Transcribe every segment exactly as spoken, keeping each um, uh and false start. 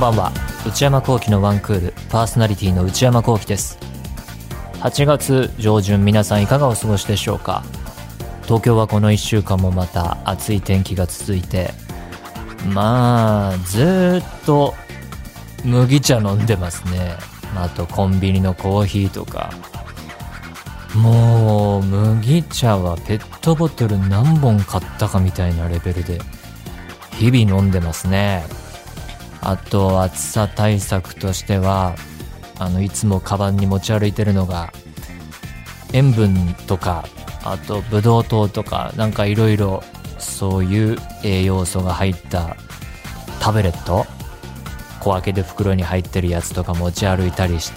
ばんは。内山聖輝のワンクールパーソナリティの内山聖輝です。はちがつ上旬、皆さんいかがお過ごしでしょうか。東京はこのいっしゅうかんもまた暑い天気が続いて、まあずっと麦茶飲んでますね。あとコンビニのコーヒーとか、もう麦茶はペットボトル何本買ったかみたいなレベルで日々飲んでますね。あと暑さ対策としては、あのいつもカバンに持ち歩いてるのが塩分とか、あとブドウ糖とか、なんかいろいろそういう栄養素が入ったタブレット、小分けで袋に入ってるやつとか持ち歩いたりして、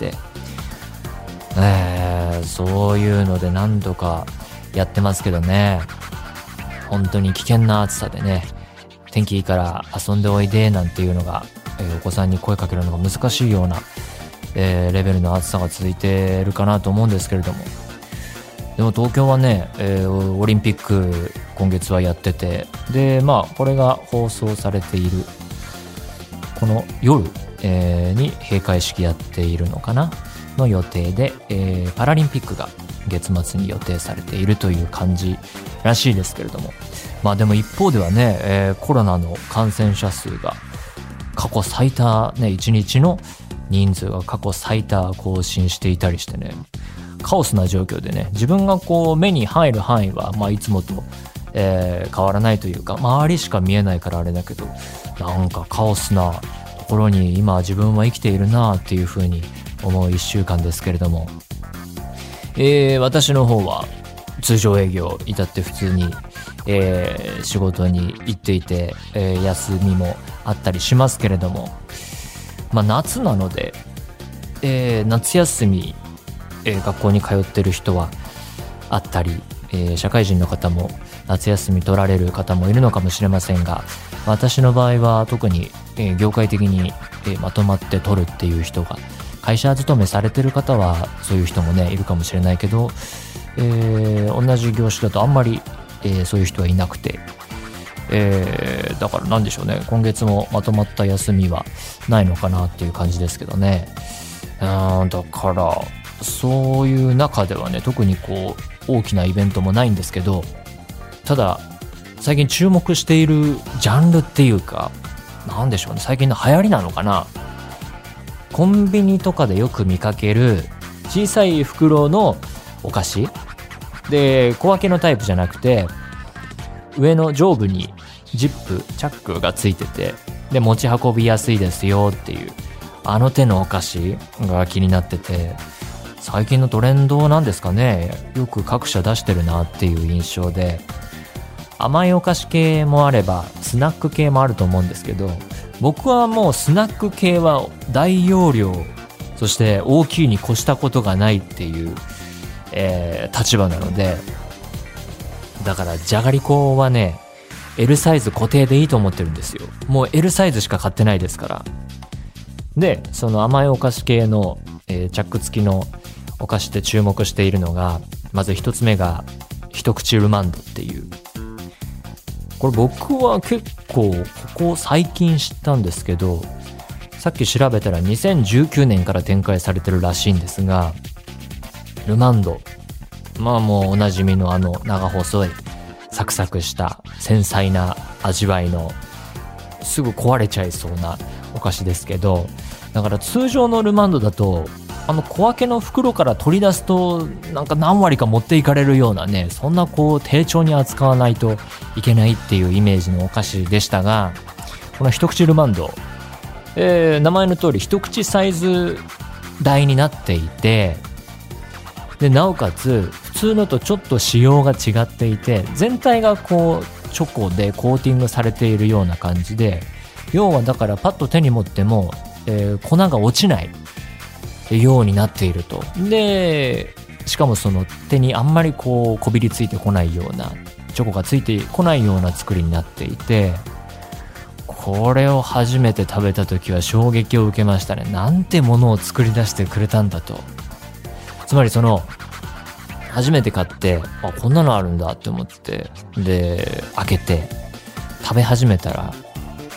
えー、そういうので何度かやってますけどね。本当に危険な暑さでね、天気いいから遊んでおいでなんていうのが、えー、お子さんに声かけるのが難しいような、えー、レベルの暑さが続いているかなと思うんですけれども、でも東京はね、えー、オリンピック今月はやってて、でまあこれが放送されているこの夜、えー、に閉会式やっているのかなの予定で、えー、パラリンピックが月末に予定されているという感じらしいですけれども、まあでも一方ではね、えー、コロナの感染者数が過去最多ね、いちにちの人数が過去最多更新していたりしてね、カオスな状況でね、自分がこう目に入る範囲は、まあ、いつもと、えー、変わらないというか、周りしか見えないからあれだけど、なんかカオスなところに今自分は生きているなっていうふうに思ういっしゅうかんですけれども、えー、私の方は通常営業至って普通に、えー、仕事に行っていて、えー、休みもあったりしますけれども、まあ夏なので、えー、夏休み、えー、学校に通ってる人はあったり、えー、社会人の方も夏休み取られる方もいるのかもしれませんが、私の場合は特に、えー、業界的に、えー、まとまって取るっていう人が、会社勤めされてる方はそういう人もねいるかもしれないけど、えー、同じ業種だとあんまり、えー、そういう人はいなくて、えー、だからなんでしょうね、今月もまとまった休みはないのかなっていう感じですけどね。あーだからそういう中ではね、特にこう大きなイベントもないんですけど、ただ最近注目しているジャンルっていうか、なんでしょうね、最近の流行りなのかな、コンビニとかでよく見かける小さい袋のお菓子で、小分けのタイプじゃなくて上の上部にジップチャックがついてて、で持ち運びやすいですよっていうあの手のお菓子が気になってて、最近のトレンドなんですかね、よく各社出してるなっていう印象で、甘いお菓子系もあればスナック系もあると思うんですけど、僕はもうスナック系は大容量、そして大きいに越したことがないっていう、えー、立場なので、だからじゃがりこはね L サイズ固定でいいと思ってるんですよ。もう L サイズしか買ってないですから。でその甘いお菓子系の、えー、チャック付きのお菓子で注目しているのが、まず一つ目が一口ルマンドっていう、これ僕は結構ここ最近知ったんですけど、さっき調べたらにせんじゅうきゅうねんから展開されてるらしいんですが、ルマンド、まあもうおなじみのあの長細いサクサクした繊細な味わいのすぐ壊れちゃいそうなお菓子ですけど、だから通常のルマンドだとあの小分けの袋から取り出すとなんか何割か持っていかれるようなね、そんなこう丁重に扱わないといけないっていうイメージのお菓子でしたが、この一口ルマンド、えー、名前の通り一口サイズ大になっていて、でなおかつ普通のとちょっと仕様が違っていて、全体がこうチョコでコーティングされているような感じで、要はだからパッと手に持っても、えー、粉が落ちないようになっていると。でしかもその手にあんまりこうこびりついてこないような、チョコがついてこないような作りになっていて、これを初めて食べた時は衝撃を受けましたね。なんてものを作り出してくれたんだと。つまりその初めて買って、あこんなのあるんだって思って、で開けて食べ始めたら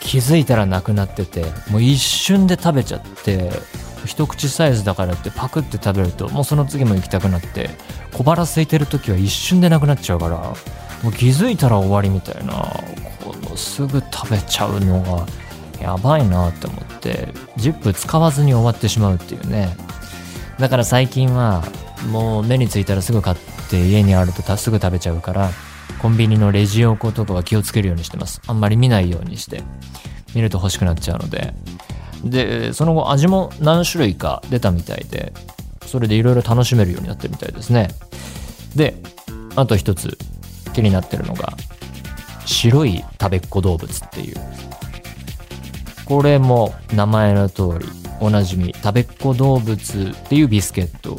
気づいたらなくなってて、もう一瞬で食べちゃって、一口サイズだからってパクって食べるともうその次も行きたくなって、小腹空いてる時は一瞬でなくなっちゃうから、もう気づいたら終わりみたいな、このすぐ食べちゃうのがやばいなって思ってジップ使わずに終わってしまうっていうね。だから最近はもう目についたらすぐ買って家にあるとすぐ食べちゃうから、コンビニのレジ横とかは気をつけるようにしてます。あんまり見ないようにして、見ると欲しくなっちゃうので。でその後味も何種類か出たみたいで、それでいろいろ楽しめるようになってるみたいですね。であと一つ気になってるのが白い食べっ子動物っていう、これも名前の通りおなじみ食べっ子動物っていうビスケット。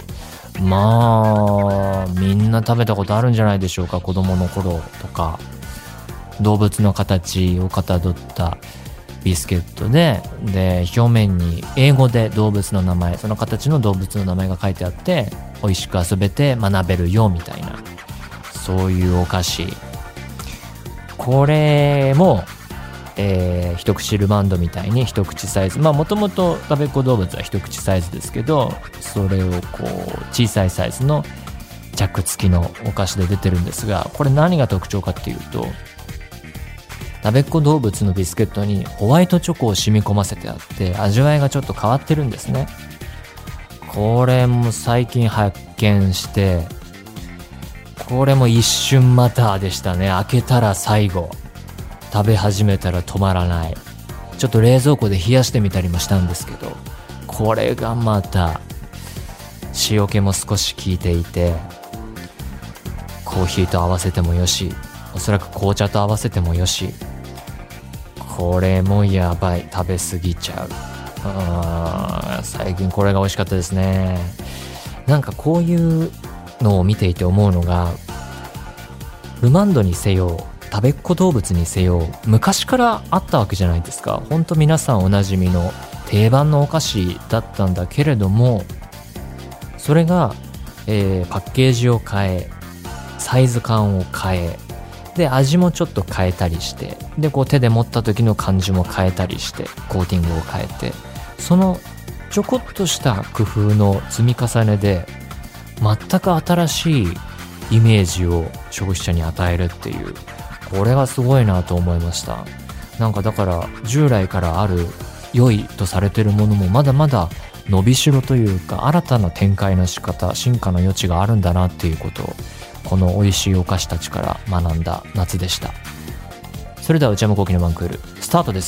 まあみんな食べたことあるんじゃないでしょうか。子供の頃とか動物の形をかたどったビスケットで、で表面に英語で動物の名前、その形の動物の名前が書いてあって、美味しく遊べて学べるよみたいな、そういうお菓子。これも、えー、一口ルマンドみたいに一口サイズ、まあもともと食べっ子動物は一口サイズですけど、それをこう小さいサイズのチャック付きのお菓子で出てるんですが、これ何が特徴かっていうと、食べっ子動物のビスケットにホワイトチョコを染み込ませてあって、味わいがちょっと変わってるんですね。これも最近発見して、これも一瞬マターでしたね。開けたら最後、食べ始めたら止まらない。ちょっと冷蔵庫で冷やしてみたりもしたんですけど、これがまた塩気も少し効いていて、コーヒーと合わせてもよし、おそらく紅茶と合わせてもよし、これもやばい、食べ過ぎちゃう。あー、最近これが美味しかったですね。なんかこういうのを見ていて思うのが、ルマンドにせよ食べっ子動物にせよ昔からあったわけじゃないですか。ほんと皆さんおなじみの定番のお菓子だったんだけれども、それが、えー、パッケージを変え、サイズ感を変え、で味もちょっと変えたりして、でこう手で持った時の感じも変えたりして、コーティングを変えて、そのちょこっとした工夫の積み重ねで全く新しいイメージを消費者に与えるっていう、これがすごいなと思いました。なんかだから従来からある良いとされてるものもまだまだ伸びしろというか、新たな展開の仕方、進化の余地があるんだなっていうことを、この美味しいお菓子たちから学んだ夏でした。それでは内山聖輝のワンクールスタートです。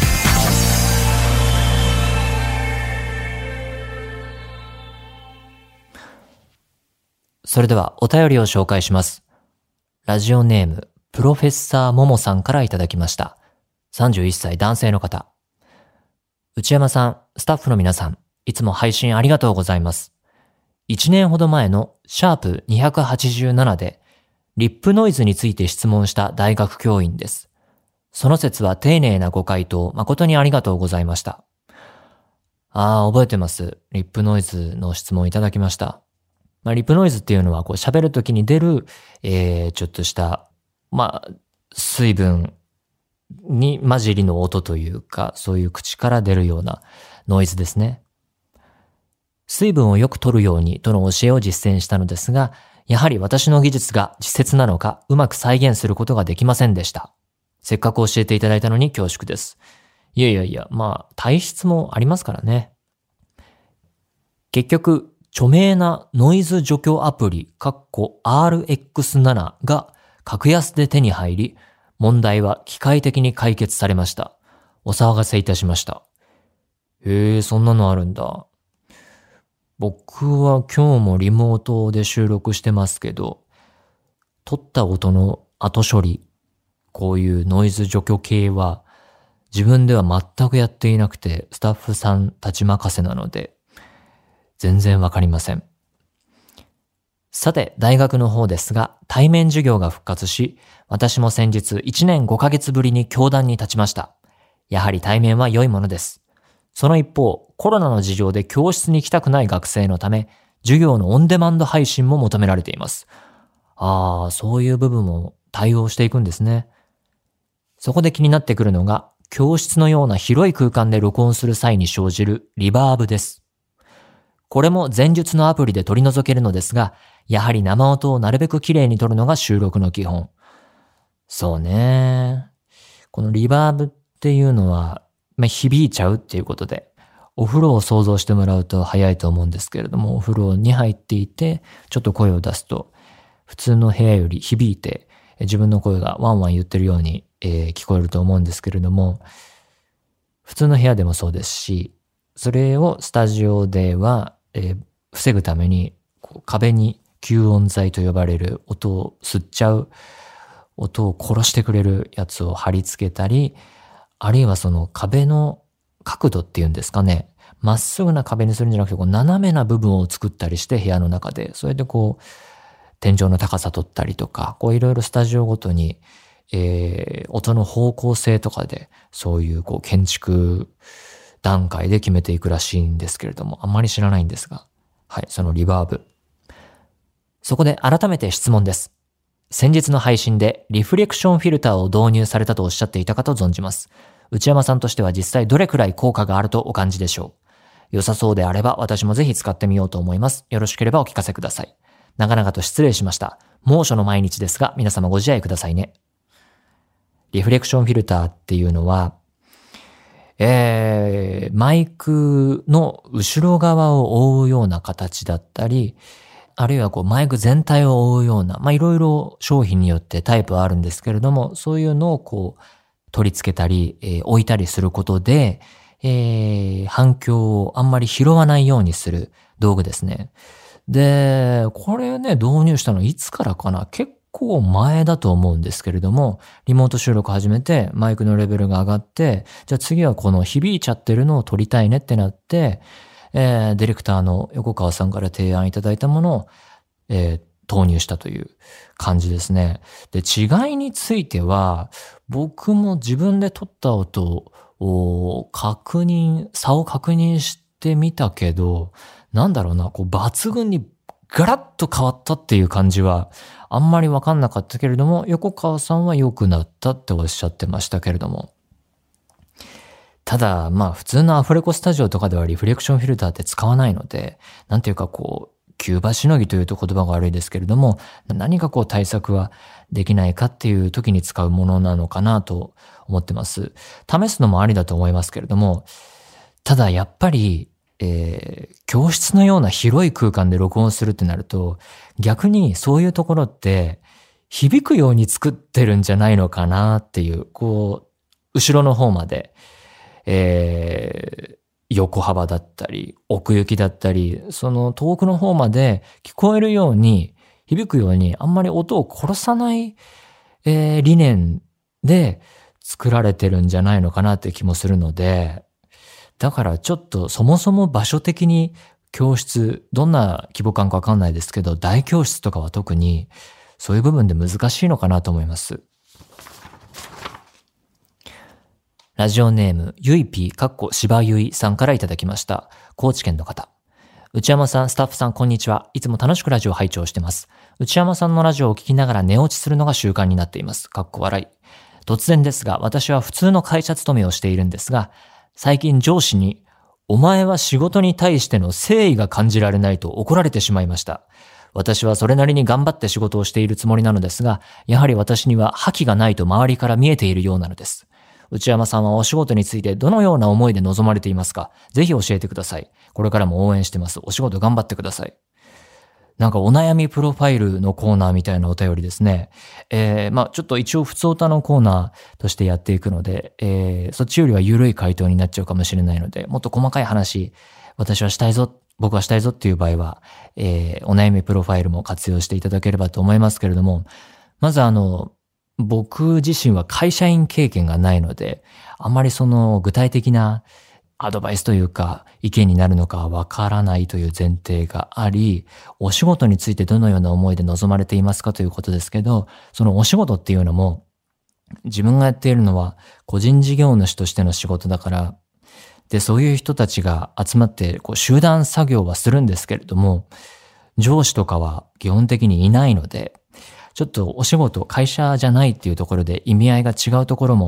それではお便りを紹介します。ラジオネームプロフェッサーももさんからいただきました。さんじゅういっさい男性の方。内山さん、スタッフの皆さん、いつも配信ありがとうございます。いちねんほど前のシャープにひゃくはちじゅうななでリップノイズについて質問した大学教員です。その説は丁寧なご回答誠にありがとうございました。ああ、覚えてます。リップノイズの質問いただきました。まあ、リップノイズっていうのはこう喋るときに出る、えー、ちょっとしたまあ水分に混じりの音というか、そういう口から出るようなノイズですね。水分をよく取るようにとの教えを実践したのですが、やはり私の技術が稚拙なのかうまく再現することができませんでした。せっかく教えていただいたのに恐縮です。いやいやいや、まあ体質もありますからね。結局著名なノイズ除去アプリ アールエックスセブン が格安で手に入り、問題は機械的に解決されました。お騒がせいたしました。へえ、そんなのあるんだ。僕は今日もリモートで収録してますけど、撮った音の後処理、こういうノイズ除去系は自分では全くやっていなくて、スタッフさんたち任せなので全然わかりません。さて、大学の方ですが、対面授業が復活し、私も先日いちねんごかげつぶりに教壇に立ちました。やはり対面は良いものです。その一方、コロナの事情で教室に来たくない学生のため、授業のオンデマンド配信も求められています。ああ、そういう部分も対応していくんですね。そこで気になってくるのが、 教室のような広い空間で録音する際に生じるリバーブです。これも前述のアプリで取り除けるのですが、やはり生音をなるべく綺麗に取るのが収録の基本。そうね。このリバーブっていうのは、まあ、響いちゃうっていうことで、お風呂を想像してもらうと早いと思うんですけれども、お風呂に入っていて、ちょっと声を出すと、普通の部屋より響いて、自分の声がワンワン言ってるように、えー、聞こえると思うんですけれども、普通の部屋でもそうですし、それをスタジオでは、えー、防ぐためにこう壁に吸音材と呼ばれる音を吸っちゃう、音を殺してくれるやつを貼り付けたり、あるいはその壁の角度っていうんですかね、まっすぐな壁にするんじゃなくてこう斜めな部分を作ったりして部屋の中で、それでこう天井の高さ取ったりとか、こういろいろスタジオごとに、えー、音の方向性とかでそういうこう建築段階で決めていくらしいんですけれども、あんまり知らないんですが、はい、そのリバーブ。そこで改めて質問です。先日の配信でリフレクションフィルターを導入されたとおっしゃっていたかと存じます。内山さんとしては実際どれくらい効果があるとお感じでしょう。良さそうであれば私もぜひ使ってみようと思います。よろしければお聞かせください。長々と失礼しました。猛暑の毎日ですが皆様ご自愛くださいね。リフレクションフィルターっていうのは、えー、マイクの後ろ側を覆うような形だったり、あるいはこうマイク全体を覆うような、まあいろいろ商品によってタイプはあるんですけれども、そういうのをこう取り付けたり、えー、置いたりすることで、えー、反響をあんまり拾わないようにする道具ですね。で、これね、導入したのいつからかな？結構前だと思うんですけれども、リモート収録始めて、マイクのレベルが上がって、じゃあ次はこの響いちゃってるのを撮りたいねってなって、えー、ディレクターの横川さんから提案いただいたものを、えー、投入したという感じですね。で、違いについては、僕も自分で撮った音を確認、差を確認してみたけど、なんだろうな、こう抜群にガラッと変わったっていう感じはあんまりわかんなかったけれども、横川さんは良くなったっておっしゃってましたけれども。ただ、まあ普通のアフレコスタジオとかではリフレクションフィルターって使わないので、なんていうかこう、キューバしのぎというと言葉が悪いですけれども、何かこう対策はできないかっていう時に使うものなのかなと思ってます。試すのもありだと思いますけれども、ただやっぱり、えー、教室のような広い空間で録音するってなると、逆にそういうところって響くように作ってるんじゃないのかなっていう、こう、後ろの方まで、えー、横幅だったり、奥行きだったり、その遠くの方まで聞こえるように、響くように、あんまり音を殺さない、えー、理念で作られてるんじゃないのかなって気もするので、だからちょっとそもそも場所的に教室、どんな規模感かわかんないですけど、大教室とかは特にそういう部分で難しいのかなと思います。ラジオネーム、ゆいぴー、かっこしばゆいさんからいただきました。高知県の方。内山さん、スタッフさん、こんにちは。いつも楽しくラジオを拝聴してます。内山さんのラジオを聞きながら寝落ちするのが習慣になっています。かっこ笑い。突然ですが、私は普通の会社勤めをしているんですが、最近上司に、お前は仕事に対しての誠意が感じられないと怒られてしまいました。私はそれなりに頑張って仕事をしているつもりなのですが、やはり私には覇気がないと周りから見えているようなのです。内山さんはお仕事についてどのような思いで臨まれていますか？ぜひ教えてください。これからも応援してます。お仕事頑張ってください。なんかお悩みプロファイルのコーナーみたいなお便りですね。えー、まあちょっと一応普通歌のコーナーとしてやっていくので、えー、そっちよりは緩い回答になっちゃうかもしれないので、もっと細かい話、私はしたいぞ、僕はしたいぞっていう場合は、えー、お悩みプロファイルも活用していただければと思いますけれども、まずあの、僕自身は会社員経験がないので、あまりその具体的なアドバイスというか意見になるのかわからないという前提があり、お仕事についてどのような思いで臨まれていますかということですけど、そのお仕事っていうのも自分がやっているのは個人事業主としての仕事だから、で、そういう人たちが集まってこう集団作業はするんですけれども、上司とかは基本的にいないので、ちょっとお仕事、会社じゃないっていうところで意味合いが違うところも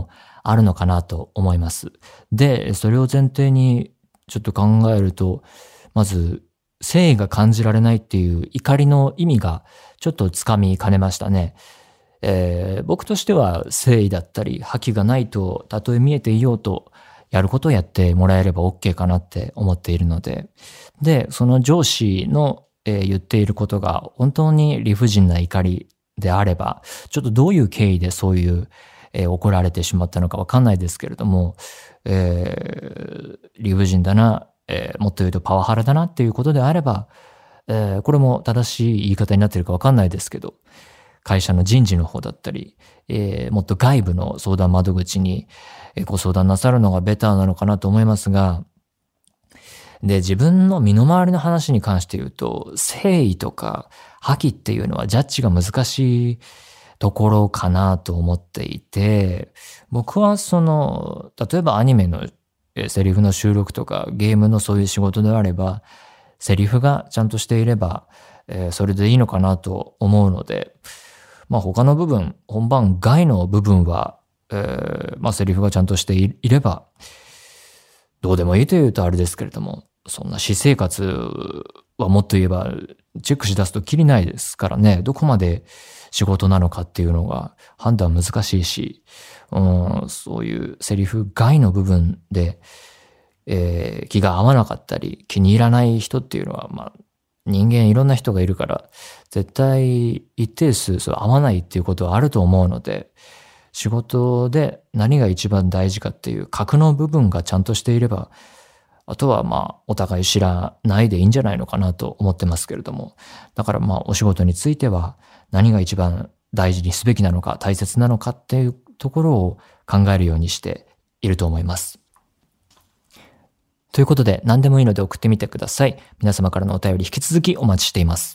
あるのかなと思います。で、それを前提にちょっと考えると、まず、誠意が感じられないっていう怒りの意味がちょっとつかみかねましたね。えー、僕としては誠意だったり覇気がないとたとえ見えていようとやることをやってもらえれば OK かなって思っているので、で、その上司の、えー、言っていることが本当に理不尽な怒りであれば、ちょっとどういう経緯でそういう、えー、怒られてしまったのかわかんないですけれども、えー、理不尽だな、えー、もっと言うとパワハラだなっていうことであれば、えー、これも正しい言い方になっているかわかんないですけど、会社の人事の方だったり、えー、もっと外部の相談窓口にご相談なさるのがベターなのかなと思いますが、で、自分の身の回りの話に関して言うと、誠意とか覇気っていうのはジャッジが難しいところかなと思っていて、僕はその、例えばアニメのセリフの収録とかゲームのそういう仕事であれば、セリフがちゃんとしていれば、えー、それでいいのかなと思うので、まあ他の部分、本番外の部分は、えー、まあセリフがちゃんとしていれば、どうでもいいというとあれですけれども、そんな私生活はもっと言えばチェックし出すときりないですからね、どこまで仕事なのかっていうのが判断難しいし、うん、そういうセリフ外の部分で、えー、気が合わなかったり気に入らない人っていうのは、まあ人間いろんな人がいるから絶対一定数そう合わないっていうことはあると思うので、仕事で何が一番大事かっていう核の部分がちゃんとしていれば、あとはまあお互い知らないでいいんじゃないのかなと思ってますけれども、だからまあお仕事については何が一番大事にすべきなのか大切なのかっていうところを考えるようにしていると思います。ということで何でもいいので送ってみてください。皆様からのお便り引き続きお待ちしています。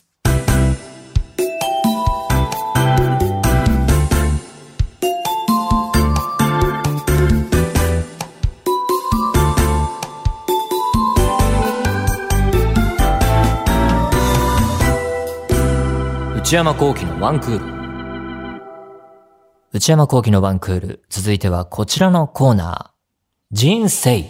内山聖輝のワンクール。内山聖輝のワンクール。続いてはこちらのコーナー。人生。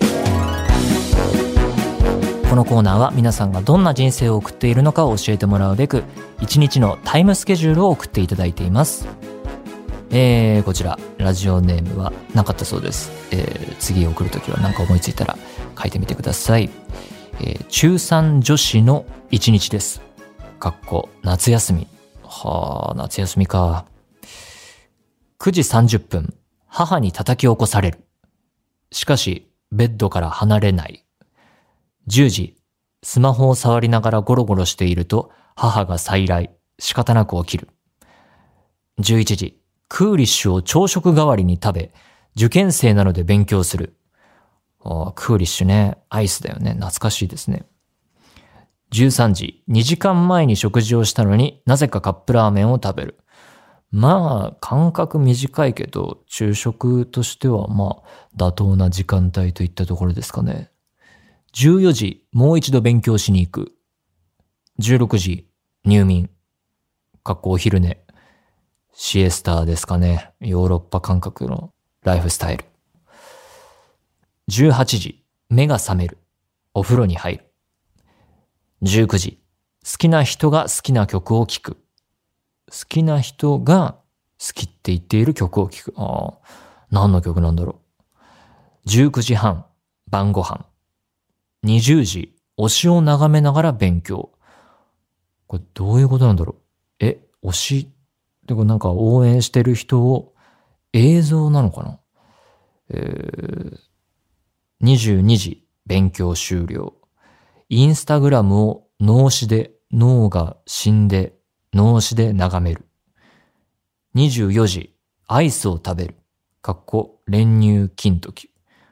このコーナーは皆さんがどんな人生を送っているのかを教えてもらうべく、一日のタイムスケジュールを送っていただいています。えー、こちら、ラジオネームはなかったそうです。えー、次送るときは何か思いついたら書いてみてください。えー、中さん女子の一日です。かっこ夏休み。はあ、夏休みか。くじさんじゅっぷん、母に叩き起こされる。しかし、ベッドから離れない。じゅうじ、スマホを触りながらゴロゴロしていると、母が再来、仕方なく起きる。じゅういちじ、クーリッシュを朝食代わりに食べ、受験生なので勉強する。ああ、クーリッシュね、アイスだよね、懐かしいですね。じゅうさんじ、にじかんまえに食事をしたのになぜかカップラーメンを食べる。まあ、間隔短いけど、昼食としてはまあ、妥当な時間帯といったところですかね。じゅうよじ、もう一度勉強しに行く。じゅうろくじ、入眠。かっこお昼寝。シエスタですかね。ヨーロッパ感覚のライフスタイル。じゅうはちじ、目が覚める。お風呂に入る。じゅうくじ、好きな人が好きな曲を聴く。好きな人が好きって言っている曲を聴く。ああ、何の曲なんだろう。じゅうくじはん、晩ご飯。にじゅうじ、推しを眺めながら勉強。これどういうことなんだろう。え、推しでもなんか応援してる人を映像なのかな。えー、にじゅうにじ、勉強終了。インスタグラムを脳死で、脳が死んで、脳死で眺める。にじゅうよじ、アイスを食べる。かっこ練乳金時。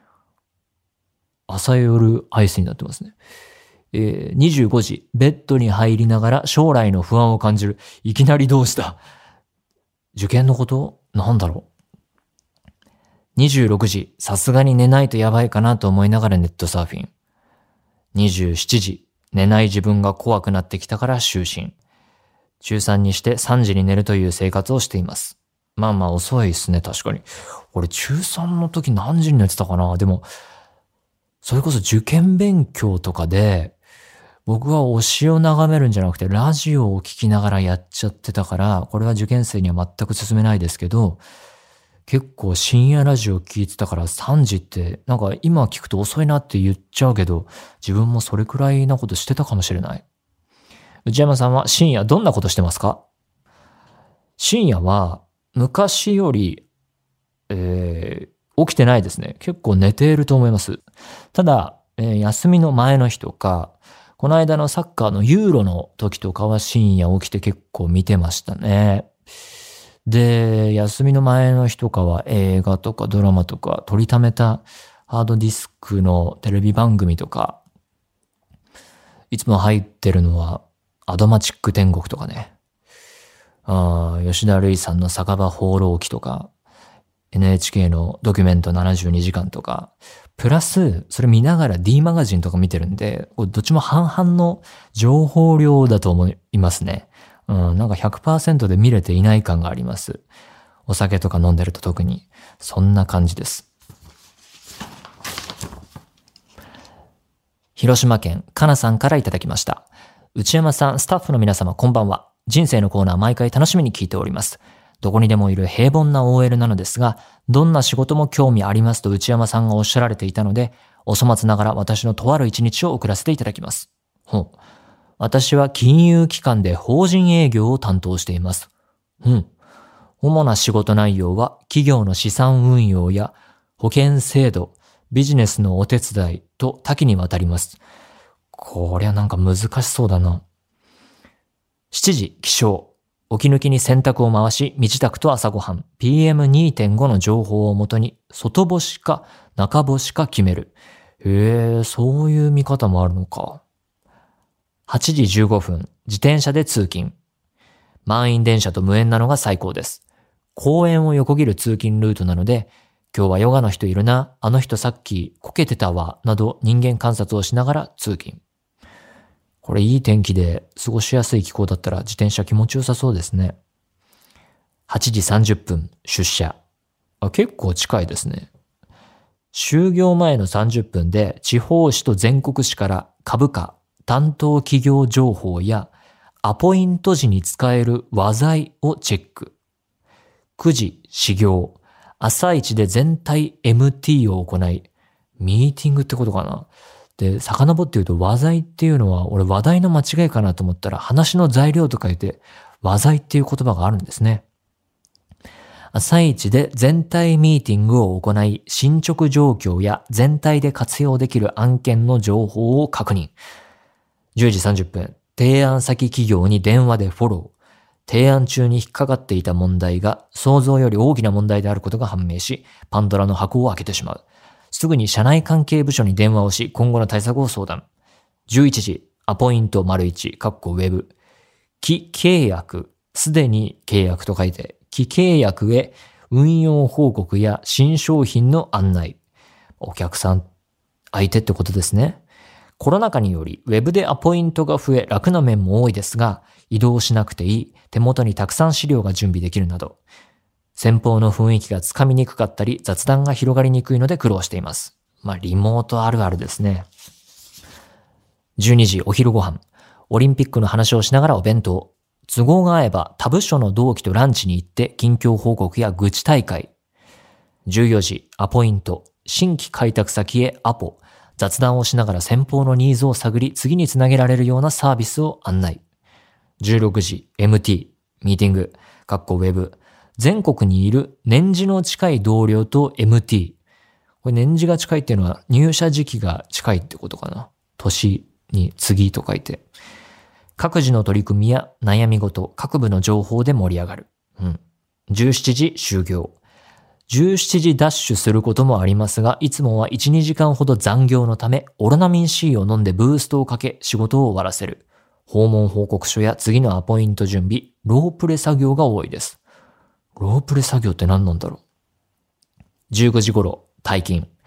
朝夜アイスになってますね。えー、にじゅうごじ、ベッドに入りながら将来の不安を感じる。いきなりどうした？受験のこと？なんだろう。にじゅうろくじ、さすがに寝ないとやばいかなと思いながらネットサーフィン。にじゅうしちじ、寝ない自分が怖くなってきたから就寝。中さんにしてさんじに寝るという生活をしています。 まあまあ遅いですね、確かに。俺中さんの時何時に寝てたかな。でも、それこそ受験勉強とかで、僕は推しを眺めるんじゃなくて、ラジオを聞きながらやっちゃってたから、これは受験生には全く勧めないですけど、結構深夜ラジオ聞いてたからさんじって、なんか今聞くと遅いなって言っちゃうけど、自分もそれくらいなことしてたかもしれない。内山さんは深夜どんなことしてますか？深夜は昔より、えー、起きてないですね。結構寝ていると思います。ただ、えー、休みの前の日とか、この間のサッカーのユーロの時とかは深夜起きて結構見てましたね。で、休みの前の日とかは映画とかドラマとか取りためたハードディスクのテレビ番組とか、いつも入ってるのはアドマチック天国とかね。あ吉田類さんの酒場放浪記とか、エヌエイチケー のドキュメントななじゅうにじかんとか、プラス、それ見ながら D マガジンとか見てるんで、どっちも半々の情報量だと思いますね。うん、なんか ひゃくパーセント で見れていない感があります。お酒とか飲んでると特に。そんな感じです。広島県かなさんからいただきました。内山さん、スタッフの皆様こんばんは。人生のコーナー毎回楽しみに聞いております。どこにでもいる平凡な オーエル なのですが、どんな仕事も興味ありますと内山さんがおっしゃられていたので、お粗末ながら私のとある一日を送らせていただきます。ほう。私は金融機関で法人営業を担当しています。うん。主な仕事内容は企業の資産運用や保険制度、ビジネスのお手伝いと多岐にわたります。こりゃなんか難しそうだな。しちじ起床。起き抜きに洗濯を回し、身支度と朝ごはん、ピーエムにてんご の情報をもとに、外干しか中干しか決める。へえ、そういう見方もあるのか。はちじじゅうごふん、自転車で通勤。満員電車と無縁なのが最高です。公園を横切る通勤ルートなので、今日はヨガの人いるな、あの人さっきこけてたわ、など人間観察をしながら通勤。これいい天気で過ごしやすい気候だったら自転車気持ちよさそうですね。はちじさんじゅっぷん、出社。あ、結構近いですね。就業前のさんじゅっぷんで地方紙と全国紙から株価、担当企業情報やアポイント時に使える話題をチェック。くじ始業。朝一で全体 エムティー を行い、ミーティングってことかな。で、遡って言うと話題っていうのは俺話題の間違いかなと思ったら話の材料と書いて話題っていう言葉があるんですね。朝一で全体ミーティングを行い、進捗状況や全体で活用できる案件の情報を確認。じゅうじさんじゅっぷん、提案先企業に電話でフォロー。提案中に引っかかっていた問題が想像より大きな問題であることが判明し、パンドラの箱を開けてしまう。すぐに社内関係部署に電話をし、今後の対策を相談。じゅういちじ、アポイント ①、カッコウェブ。既契約、すでに契約と書いて、既契約へ運用報告や新商品の案内。お客さん、相手ってことですね。コロナ禍により、ウェブでアポイントが増え楽な面も多いですが、移動しなくていい、手元にたくさん資料が準備できるなど、先方の雰囲気がつかみにくかったり、雑談が広がりにくいので苦労しています。まあ、リモートあるあるですね。じゅうにじ、お昼ご飯。オリンピックの話をしながらお弁当。都合が合えば他部署の同期とランチに行って近況報告や愚痴大会。じゅうよじ、アポイント。新規開拓先へアポ。雑談をしながら先方のニーズを探り、次につなげられるようなサービスを案内。じゅうろくじ、エムティー。ミーティング。カッコウェブ。全国にいる年次の近い同僚と エムティー。これ年次が近いっていうのは入社時期が近いってことかな。年に次と書いて。各自の取り組みや悩み事、各部の情報で盛り上がる。うん。じゅうしちじ終業。じゅうしちじダッシュすることもありますが、いつもはいち、にじかんほど残業のため、オロナミン C を飲んでブーストをかけ仕事を終わらせる。訪問報告書や次のアポイント準備、ロープレ作業が多いです。ロープレ作業って何なんだろう。じゅうごじ頃、退勤。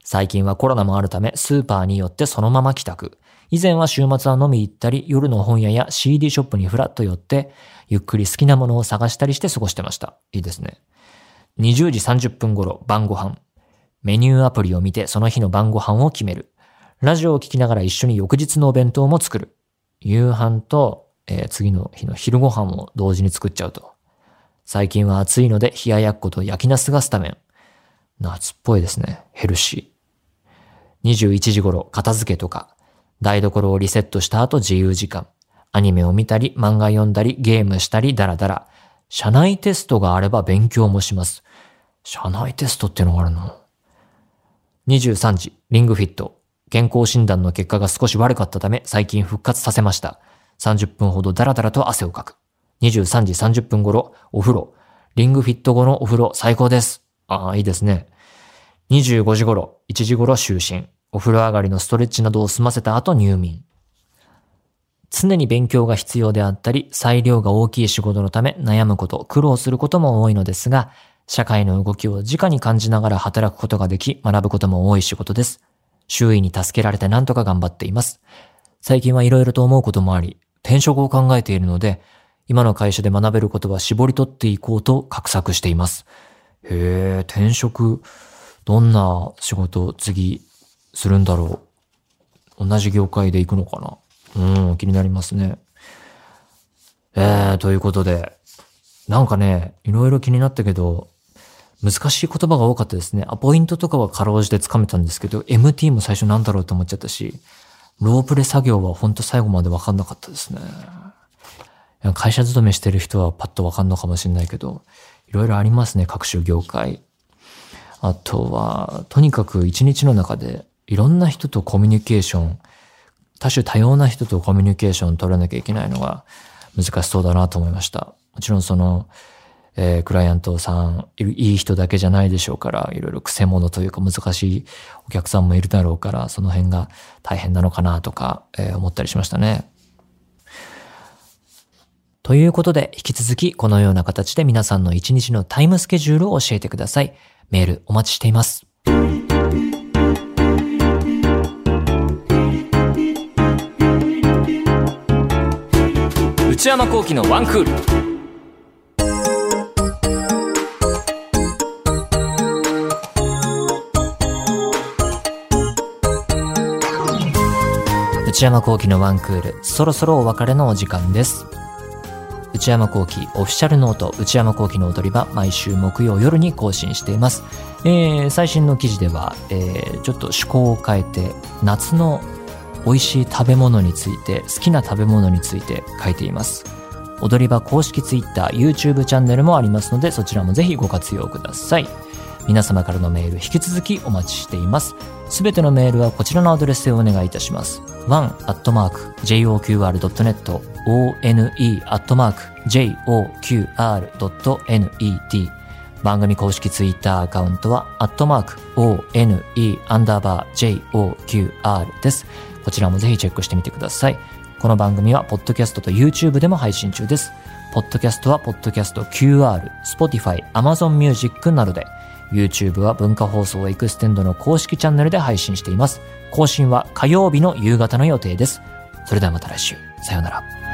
最近はコロナもあるためスーパーに寄ってそのまま帰宅。以前は週末は飲み行ったり、夜の本屋や シーディー ショップにフラッと寄って、ゆっくり好きなものを探したりして過ごしてました。いいですね。にじゅうじさんじゅっぷん頃、晩ご飯。メニューアプリを見てその日の晩ご飯を決める。ラジオを聞きながら一緒に翌日のお弁当も作る。夕飯と、えー、次の日の昼ご飯を同時に作っちゃうと。最近は暑いので冷ややっこと焼きナスがスタメン。夏っぽいですね。ヘルシー。にじゅういちじ頃、片付けとか。台所をリセットした後自由時間。アニメを見たり、漫画読んだり、ゲームしたり、ダラダラ。社内テストがあれば勉強もします。社内テストっていうのがあるの？にじゅうさんじ、リングフィット。健康診断の結果が少し悪かったため、最近復活させました。さんじゅっぷんほどダラダラと汗をかく。にじゅうさんじさんじゅっぷん頃、お風呂。リングフィット後のお風呂最高です。ああ、いいですね。にじゅうごじ頃、いちじ頃就寝。お風呂上がりのストレッチなどを済ませた後入眠。常に勉強が必要であったり、裁量が大きい仕事のため悩むこと、苦労することも多いのですが、社会の動きを直に感じながら働くことができ、学ぶことも多い仕事です。周囲に助けられて何とか頑張っています。最近はいろいろと思うこともあり、転職を考えているので、今の会社で学べることは絞り取っていこうと画策しています。へえ、転職、どんな仕事を次するんだろう。同じ業界で行くのかな。うん、気になりますね。えー、ということで、なんかね、いろいろ気になったけど、難しい言葉が多かったですね。アポイントとかはかろうじてつかめたんですけど、エムティー も最初なんだろうと思っちゃったし、ロープレ作業はほんと最後までわかんなかったですね。会社勤めしてる人はパッとわかんのかもしれないけど、いろいろありますね、各種業界。あとは、とにかく一日の中でいろんな人とコミュニケーション、多種多様な人とコミュニケーションを取らなきゃいけないのが難しそうだなと思いました。もちろんその、えー、クライアントさん、いい人だけじゃないでしょうから、いろいろ癖者というか難しいお客さんもいるだろうから、その辺が大変なのかなとか、えー、思ったりしましたね。ということで、引き続きこのような形で皆さんの一日のタイムスケジュールを教えてください。メールお待ちしています。内山聖輝のワンクール。内山聖輝のワンクール、そろそろお別れのお時間です。内山聖輝オフィシャルノート内山聖輝の踊り場、毎週木曜夜に更新しています。えー、最新の記事では、えー、ちょっと趣向を変えて夏の美味しい食べ物について、好きな食べ物について書いています。踊り場公式ツイッター、YouTube チャンネルもありますので、そちらもぜひご活用ください。皆様からのメール引き続きお待ちしています。すべてのメールはこちらのアドレスでお願いいたします。ワン アットマーク ジェイオーキューアール ドットネット オーエヌイー アットマーク ジェイオーキューアール ドットネット 番組公式ツイッターアカウントはアットマーク オーエヌイー アンダーバー ジェイオーキューアール です。こちらもぜひチェックしてみてください。この番組はポッドキャストと YouTube でも配信中です。ポッドキャストはポッドキャスト キューアール、Spotify、Amazon Music などで、YouTube は文化放送エクステンドの公式チャンネルで配信しています。更新は火曜日の夕方の予定です。それではまた来週。さようなら。